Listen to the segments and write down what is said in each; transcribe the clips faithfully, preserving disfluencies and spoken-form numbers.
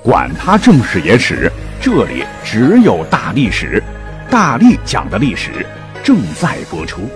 管他正史野史，这里只有大历史，大力讲的历史正在播出。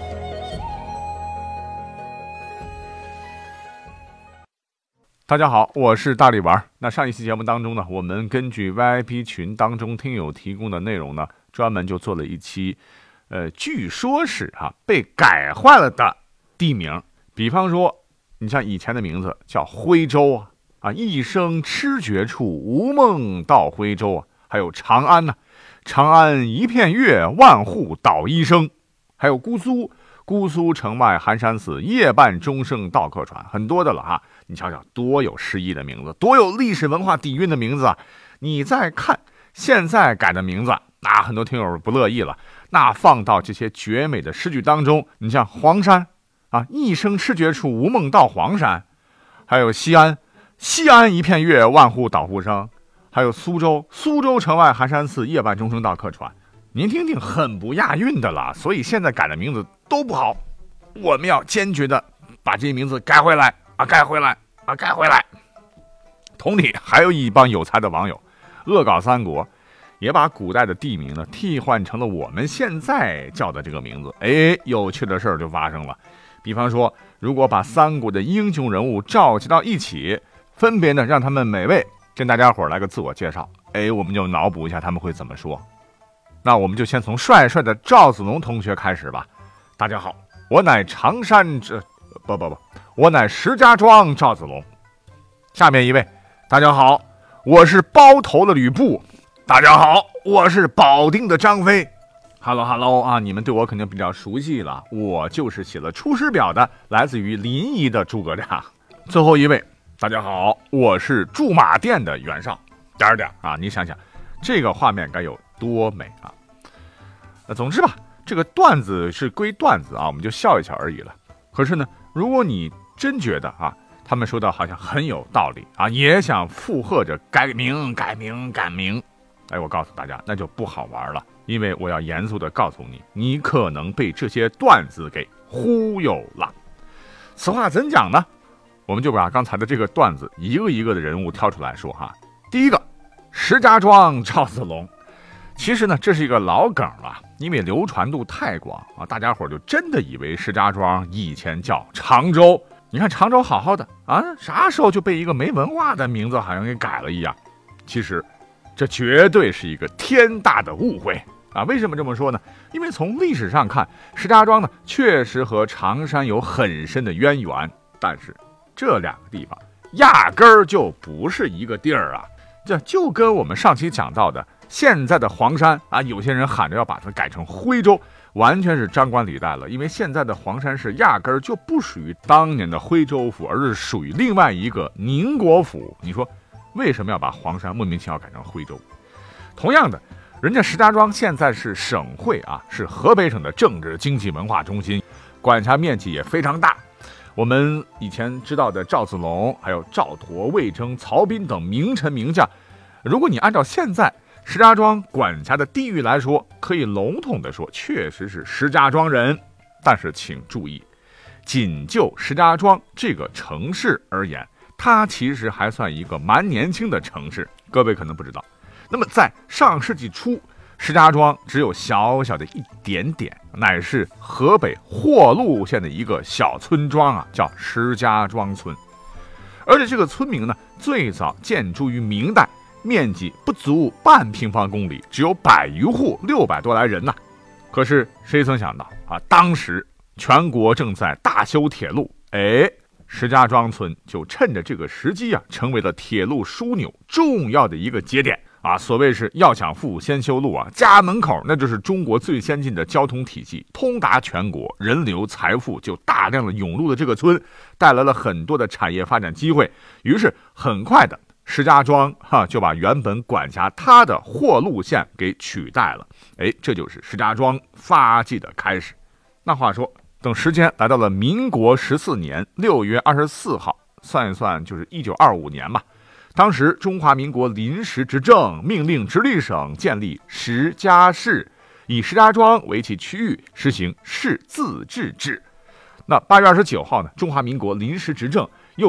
大家好，我是大力丸。那上一期节目当中呢，我们根据 V I P 群当中听友提供的内容呢，专门就做了一期，呃，据说是哈、啊、被改坏了的地名。比方说，你像以前的名字叫徽州啊，啊，一生痴绝处，无梦到徽州啊，还有长安呢、啊，长安一片月，万户捣衣声，还有姑苏。姑苏城外寒山寺，夜半钟声到客船，很多的了哈。你瞧瞧，多有诗意的名字，多有历史文化底蕴的名字啊！你再看现在改的名字，那很多听友不乐意了。那放到这些绝美的诗句当中，你像黄山啊，一生痴绝处，无梦到黄山；还有西安，西安一片月，万户捣户声；还有苏州，苏州城外寒山寺，夜半钟声到客船。您听听，很不押韵的了。所以现在改的名字都不好，我们要坚决的把这些名字改回来啊，改回来啊，改回来。同理，还有一帮有才的网友恶搞三国，也把古代的地名呢替换成了我们现在叫的这个名字。哎，有趣的事儿就发生了。比方说，如果把三国的英雄人物召集到一起，分别呢让他们每位跟大家伙来个自我介绍，哎，我们就脑补一下他们会怎么说。那我们就先从帅帅的赵子龙同学开始吧。大家好，我乃常山这不不不，我乃石家庄赵子龙。下面一位，大家好，我是包头的吕布。大家好，我是保定的张飞。Hello Hello 啊，你们对我肯定比较熟悉了，我就是写了《出师表》的，来自于临沂的诸葛亮。最后一位，大家好，我是驻马店的袁绍。点点啊，你想想，这个画面该有多美啊！呃，总之吧，这个段子是归段子啊，我们就笑一笑而已了。可是呢，如果你真觉得啊，他们说的好像很有道理啊，也想附和着改名、改名、改名，哎，我告诉大家，那就不好玩了，因为我要严肃的告诉你，你可能被这些段子给忽悠了。此话怎讲呢？我们就把刚才的这个段子一个一个的人物挑出来说哈。第一个，石家庄赵子龙。其实呢，这是一个老梗了，因为流传度太广啊，大家伙就真的以为石家庄以前叫常州。你看常州好好的啊，啥时候就被一个没文化的名字好像给改了一样？其实，这绝对是一个天大的误会啊！为什么这么说呢？因为从历史上看，石家庄呢确实和常山有很深的渊源，但是这两个地方压根儿就不是一个地儿啊！这就跟我们上期讲到的。现在的黄山啊，有些人喊着要把它改成徽州，完全是张冠李戴了。因为现在的黄山市压根儿就不属于当年的徽州府，而是属于另外一个宁国府。你说为什么要把黄山莫名其妙改成徽州？同样的，人家石家庄现在是省会啊，是河北省的政治经济文化中心，管辖面积也非常大。我们以前知道的赵子龙，还有赵佗、魏征、曹彬等名臣名将，如果你按照现在石家庄管辖的地域来说，可以笼统的说，确实是石家庄人。但是请注意，仅就石家庄这个城市而言，它其实还算一个蛮年轻的城市。各位可能不知道，那么在上世纪初，石家庄只有小小的一点点，乃是河北霍鹿县的一个小村庄啊，叫石家庄村。而且这个村名呢，最早建筑于明代，面积不足半平方公里，只有百余户，六百多来人呐、啊。可是谁曾想到啊，当时全国正在大修铁路，哎，石家庄村就趁着这个时机啊，成为了铁路枢纽重要的一个节点啊。所谓是要想富先修路啊，家门口那就是中国最先进的交通体系，通达全国，人流财富就大量的涌入了这个村，带来了很多的产业发展机会。于是很快的，石家庄哈就把原本管辖它的霍鹿县给取代了，哎，这就是石家庄发迹的开始。那话说，等时间来到了民国十四年六月二十四号，算一算就是一九二五年嘛。当时中华民国临时执政命令直隶省建立石家市，以石家庄为其区域，实行市自治制。那八月二十九号呢，中华民国临时执政又以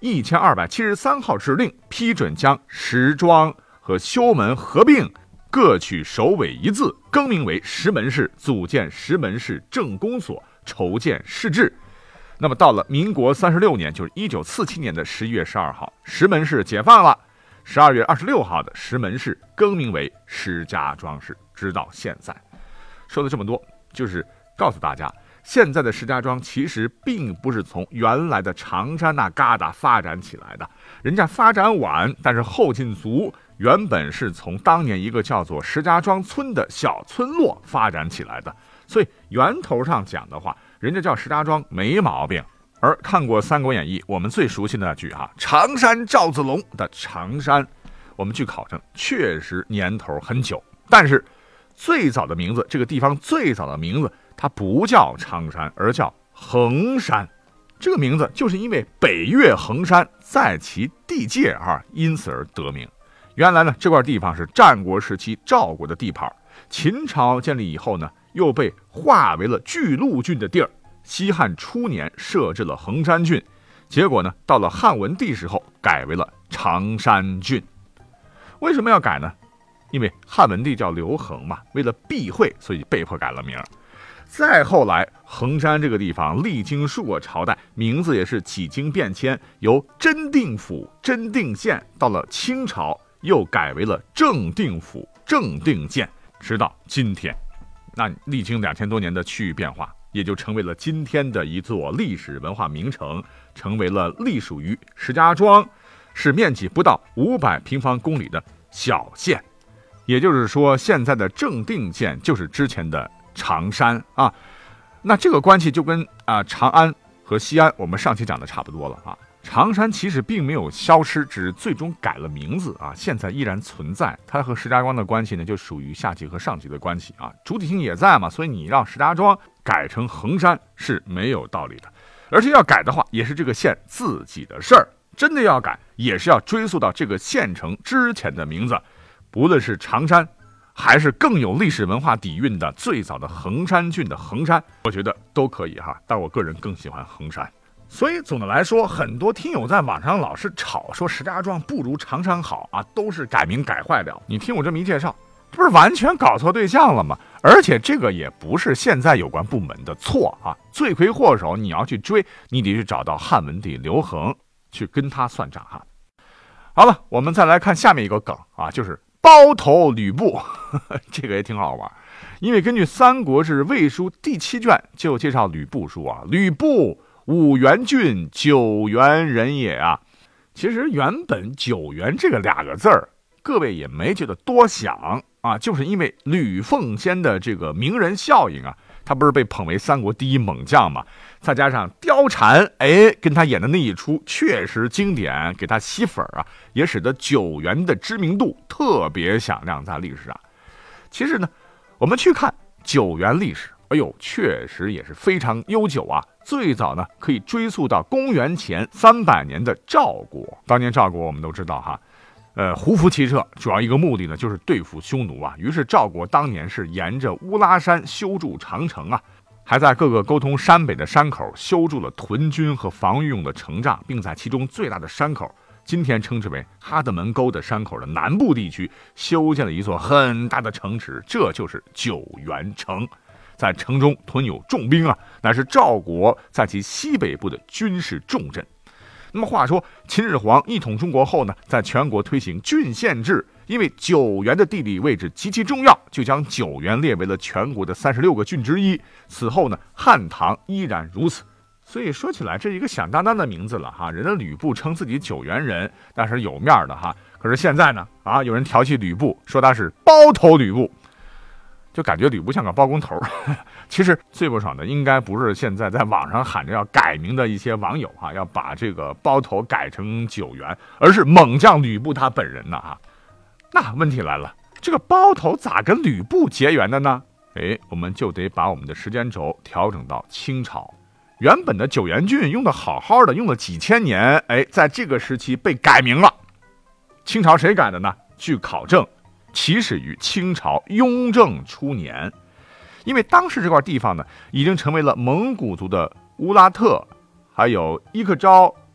一千二百七十三号指令，批准将石庄和修门合并，各取首尾一字，更名为石门市，组建石门市政工所，筹建市制。那么到了民国三十六年，就是一九四七年的十一月十二号，石门市解放了。十二月二十六号的石门市更名为石家庄市，直到现在。说了这么多，就是告诉大家，现在的石家庄其实并不是从原来的长山那旮瘩发展起来的，人家发展晚，但是后劲足，原本是从当年一个叫做石家庄村的小村落发展起来的，所以源头上讲的话，人家叫石家庄没毛病。而看过《三国演义》，我们最熟悉的那句哈、啊“常山赵子龙”的常山，我们据考证确实年头很久，但是最早的名字，这个地方最早的名字，它不叫常山，而叫衡山。这个名字就是因为北岳衡山在其地界啊，因此而得名。原来呢，这块地方是战国时期赵国的地盘，秦朝建立以后呢，又被划为了巨鹿郡的地儿。西汉初年设置了衡山郡，结果呢，到了汉文帝时候改为了常山郡。为什么要改呢？因为汉文帝叫刘恒嘛，为了避讳，所以被迫改了名。再后来，衡山这个地方历经数个朝代，名字也是几经变迁，由真定府、真定县，到了清朝又改为了正定府、正定县，直到今天。那历经两千多年的区域变化，也就成为了今天的一座历史文化名城，成为了隶属于石家庄，是面积不到五百平方公里的小县。也就是说，现在的正定县就是之前的常山啊。那这个关系就跟啊长安和西安我们上期讲的差不多了啊。常山其实并没有消失，只是最终改了名字啊，现在依然存在。它和石家庄的关系呢，就属于下级和上级的关系啊，主体性也在嘛，所以你让石家庄改成衡山是没有道理的。而且要改的话，也是这个县自己的事儿，真的要改，也是要追溯到这个县城之前的名字，不论是常山，还是更有历史文化底蕴的最早的衡山郡的衡山，我觉得都可以哈，但我个人更喜欢衡山。所以总的来说，很多听友在网上老是吵说石家庄不如常山好啊，都是改名改坏了。你听我这么一介绍，这不是完全搞错对象了吗？而且这个也不是现在有关部门的错啊，罪魁祸首你要去追，你得去找到汉文帝刘恒去跟他算账哈。好了，我们再来看下面一个梗啊，就是包头吕布，呵呵，这个也挺好玩。因为根据《三国志魏书》第七卷就介绍吕布说啊，吕布五原郡九原人也啊。其实原本九原这个两个字儿，各位也没觉得多想啊，就是因为吕奉先的这个名人效应啊，他不是被捧为三国第一猛将嘛，再加上貂蝉，哎，跟他演的那一出确实经典，给他吸粉啊，也使得九原的知名度特别响亮在历史上。其实呢，我们去看九原历史，哎呦，确实也是非常悠久啊。最早呢，可以追溯到公元前三百年的赵国。当年赵国我们都知道哈，呃，胡服骑射，主要一个目的呢，就是对付匈奴啊。于是赵国当年是沿着乌拉山修筑长城啊，还在各个沟通山北的山口修筑了屯军和防御用的城障，并在其中最大的山口，今天称之为哈德门沟的山口的南部地区修建了一座很大的城池，这就是九原城。在城中屯有重兵啊，乃是赵国在其西北部的军事重镇。那么话说，秦始皇一统中国后呢，在全国推行郡县制，因为九原的地理位置极其重要，就将九原列为了全国的三十六个郡之一。此后呢，汉唐依然如此。所以说起来，这一个响当当的名字了哈，人家吕布称自己九原人，那是有面的哈。可是现在呢，啊，有人调戏吕布，说他是包头吕布。就感觉吕布像个包工头。其实最不爽的应该不是现在在网上喊着要改名的一些网友哈，要把这个包头改成九原，而是猛将吕布他本人呢哈。那问题来了，这个包头咋跟吕布结缘的呢？哎，我们就得把我们的时间轴调整到清朝。原本的九原郡用的好好的，用了几千年，哎，在这个时期被改名了。清朝谁改的呢？据考证，起始于清朝雍正初年，因为当时这块地方呢，已经成为了蒙古族的乌拉特、还有伊克昭、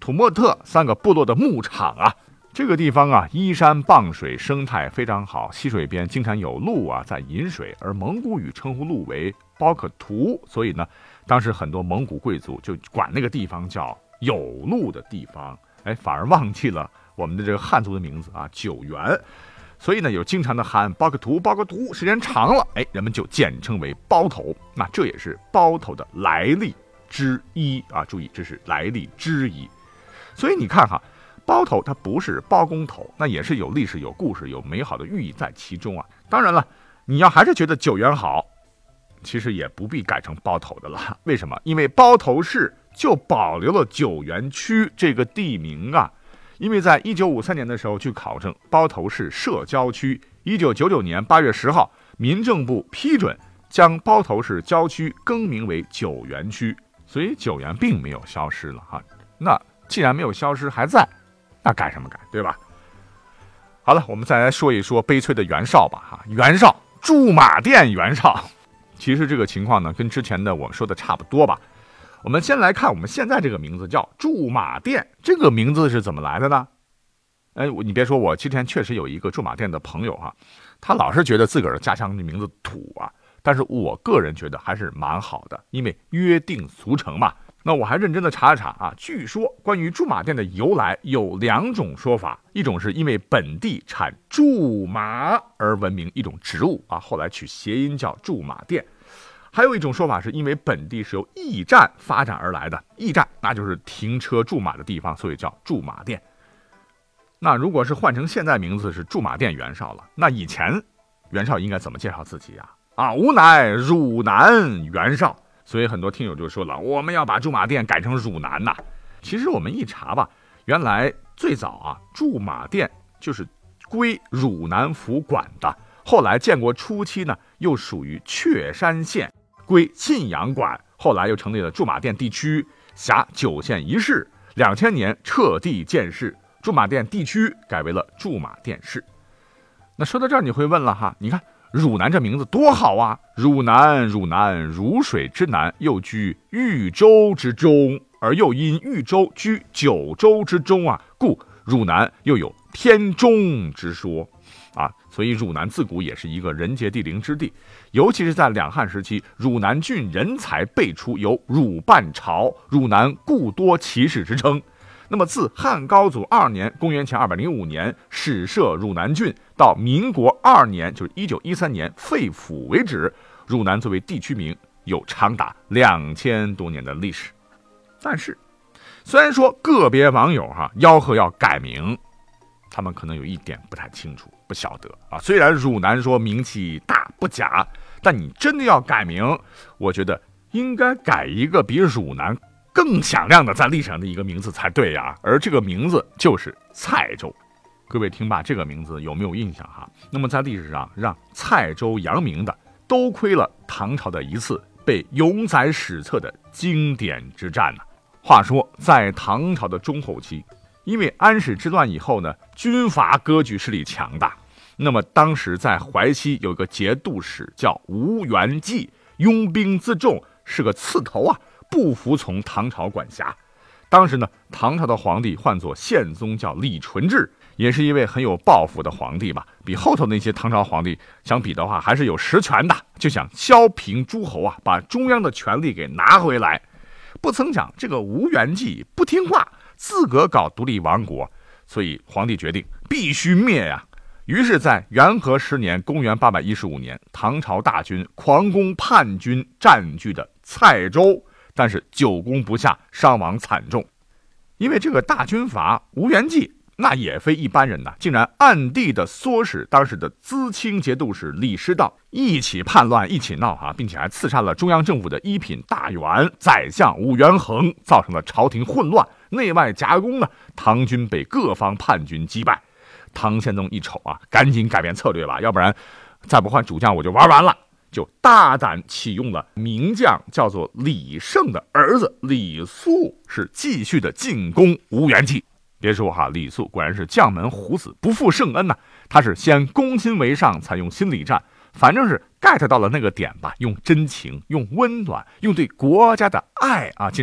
土默特三个部落的牧场啊。这个地方啊，依山傍水，生态非常好，溪水边经常有鹿啊在饮水，而蒙古语称呼鹿为包克图，所以呢，当时很多蒙古贵族就管那个地方叫有鹿的地方，哎，反而忘记了我们的这个汉族的名字啊，九原。所以呢，有经常的喊包克图，包克图，时间长了，哎，人们就简称为包头。那这也是包头的来历之一啊，注意，这是来历之一。所以你看哈。包头它不是包工头，那也是有历史、有故事、有美好的寓意在其中啊。当然了，你要还是觉得九原好，其实也不必改成包头的了。为什么？因为包头市就保留了九原区这个地名啊。因为在一九五三年的时候，据考证，包头市设郊区。一九九九年八月十号，民政部批准将包头市郊区更名为九原区，所以九原并没有消失了哈。那既然没有消失，还在。那改什么改，对吧？好了，我们再来说一说悲催的袁绍吧。哈，袁绍驻马店袁绍，其实这个情况呢，跟之前的我说的差不多吧。我们先来看我们现在这个名字叫驻马店，这个名字是怎么来的呢？哎，你别说，我之前确实有一个驻马店的朋友哈，他老是觉得自个儿的家乡的名字土啊，但是我个人觉得还是蛮好的，因为约定俗成嘛。那我还认真的查了查啊，据说关于驻马店的由来有两种说法，一种是因为本地产苎麻而闻名一种植物啊，后来取谐音叫驻马店；还有一种说法是因为本地是由驿站发展而来的，驿站那就是停车驻马的地方，所以叫驻马店。那如果是换成现在名字是驻马店袁绍了，那以前袁绍应该怎么介绍自己啊？啊，吾乃汝南袁绍。所以很多听友就说了，我们要把驻马店改成汝南呐。其实我们一查吧，原来最早啊，驻马店就是归汝南府管的，后来建国初期呢，又属于确山县，归信阳管，后来又成立了驻马店地区，辖九县一市。两千年彻地建市，驻马店地区改为了驻马店市。那说到这儿，你会问了哈，你看。汝南这名字多好啊！汝南，汝南，汝水之南，又居豫州之中，而又因豫州居九州之中啊，故汝南又有天中之说啊。所以汝南自古也是一个人杰地灵之地，尤其是在两汉时期，汝南郡人才辈出，有汝半朝，汝南故多奇士之称。那么自汉高祖二年公元前二百零五年始设汝南郡到民国二年就是一九一三年废府为止，汝南作为地区名有长达两千多年的历史。但是虽然说个别网友哈、啊、吆喝要改名，他们可能有一点不太清楚，不晓得啊。虽然汝南说名气大不假，但你真的要改名，我觉得应该改一个比汝南更响亮的在历史上的一个名字才对呀、啊，而这个名字就是蔡州。各位听吧，这个名字有没有印象哈？那么在历史上让蔡州扬名的，多亏了唐朝的一次被永载史册的经典之战呢、啊。话说在唐朝的中后期，因为安史之乱以后呢，军阀割据势力强大，那么当时在淮西有一个节度使叫吴元济，拥兵自重，是个刺头啊，不服从唐朝管辖。当时呢，唐朝的皇帝唤作宪宗，叫李纯治，也是一位很有抱负的皇帝吧。比后头那些唐朝皇帝相比的话，还是有实权的，就想削平诸侯啊，把中央的权力给拿回来。不曾想这个吴元济不听话，自个搞独立王国，所以皇帝决定必须灭呀。于是在元和十年公元八百一十五年，唐朝大军狂攻叛军占据的蔡州，但是久攻不下，伤亡惨重。因为这个大军阀吴元济那也非一般人呐，竟然暗地的唆使当时的淄青节度使李师道一起叛乱，一起闹啊，并且还刺杀了中央政府的一品大员宰相武元衡，造成了朝廷混乱，内外夹攻呢，唐军被各方叛军击败。唐宪宗一瞅啊，赶紧改变策略吧，要不然再不换主将我就玩完了，就大胆启用了名将叫做李胜的儿子李肃，是继续的进攻吴元济。别说哈，李肃果然是将门虎子，不负圣恩呐、啊。他是先攻心为上，采用心理战，反正是 get 到了那个点吧，用真情，用温暖，用对国家的爱啊，竟然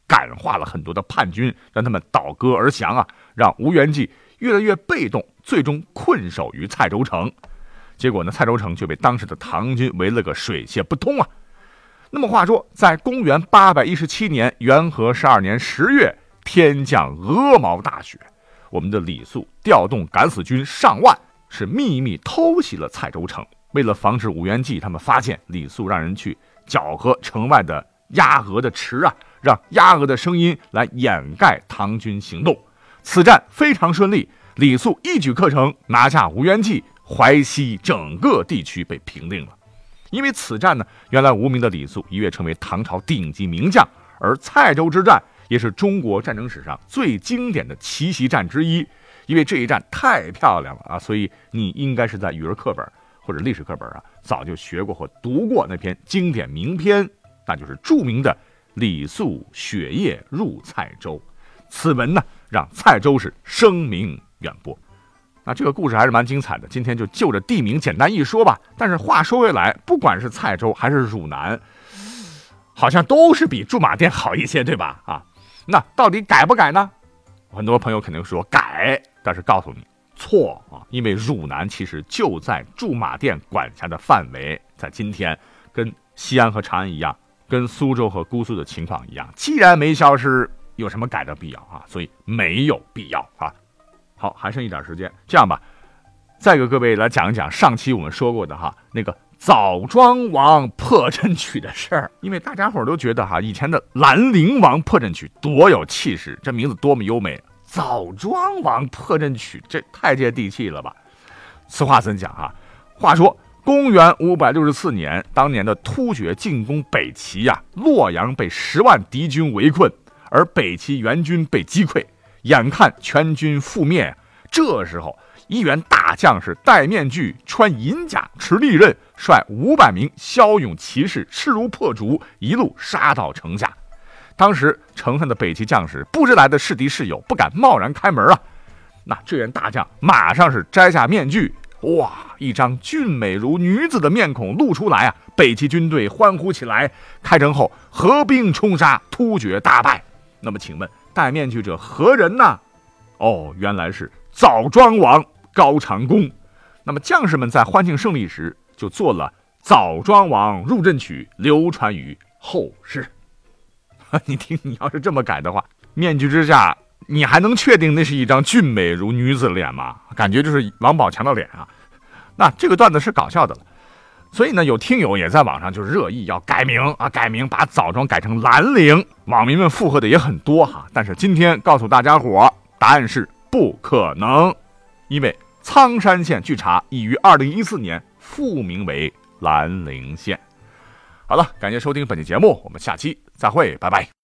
感化了很多的叛军，让他们倒戈而降啊，让吴元济越来越被动，最终困守于蔡州城。结果呢，蔡州城就被当时的唐军围了个水泄不通啊。那么话说，在公元八百一十七年元和十二年十月，天降鹅毛大雪，我们的李肃调动敢死军上万，是秘密偷袭了蔡州城。为了防止吴元济他们发现，李肃让人去搅和城外的鸭鹅的池啊，让鸭鹅的声音来掩盖唐军行动。此战非常顺利，李肃一举克成，拿下吴元济，淮西整个地区被平定了。因为此战呢，原来无名的李肃一跃成为唐朝顶级名将，而蔡州之战也是中国战争史上最经典的奇袭战之一。因为这一战太漂亮了啊，所以你应该是在语文课本或者历史课本啊，早就学过或读过那篇经典名篇，那就是著名的李肃雪夜入蔡州。此文呢，让蔡州是声名远播。那这个故事还是蛮精彩的，今天就就着地名简单一说吧。但是话说回来，不管是蔡州还是汝南，好像都是比驻马店好一些，对吧？啊，那到底改不改呢？很多朋友肯定说改，但是告诉你错啊，因为汝南其实就在驻马店管辖的范围，在今天跟西安和长安一样，跟苏州和姑苏的情况一样，既然没消失，有什么改的必要啊？所以没有必要啊。好，还剩一点时间，这样吧，再给各位来讲一讲上期我们说过的哈那个枣庄王破阵曲的事儿。因为大家伙都觉得哈以前的兰陵王破阵曲多有气势，这名字多么优美，枣庄王破阵曲这太接地气了吧。此话怎讲啊？话说公元五百六十四年，当年的突厥进攻北齐呀、啊，洛阳被十万敌军围困，而北齐援军被击溃，眼看全军覆灭，这时候一员大将士戴面具，穿银甲，持利刃，率五百名骁勇骑士势如破竹，一路杀到城下。当时城上的北齐将士不知来的是敌是友，不敢贸然开门啊。那这员大将马上是摘下面具，哇，一张俊美如女子的面孔露出来啊！北齐军队欢呼起来，开城后合兵冲杀，突厥大败。那么请问戴面具者何人呢？哦，原来是枣庄王高长恭。那么将士们在欢庆胜利时，就做了枣庄王入阵曲，流传于后世。你听，你要是这么改的话，面具之下你还能确定那是一张俊美如女子的脸吗？感觉就是王宝强的脸啊。那这个段子是搞笑的了，所以呢，有听友也在网上就热议要改名啊，改名把枣庄改成兰陵，网民们附和的也很多哈。但是今天告诉大家伙，答案是不可能，因为苍山县据查已于二零一四年复名为兰陵县。好了，感谢收听本期节目，我们下期再会，拜拜。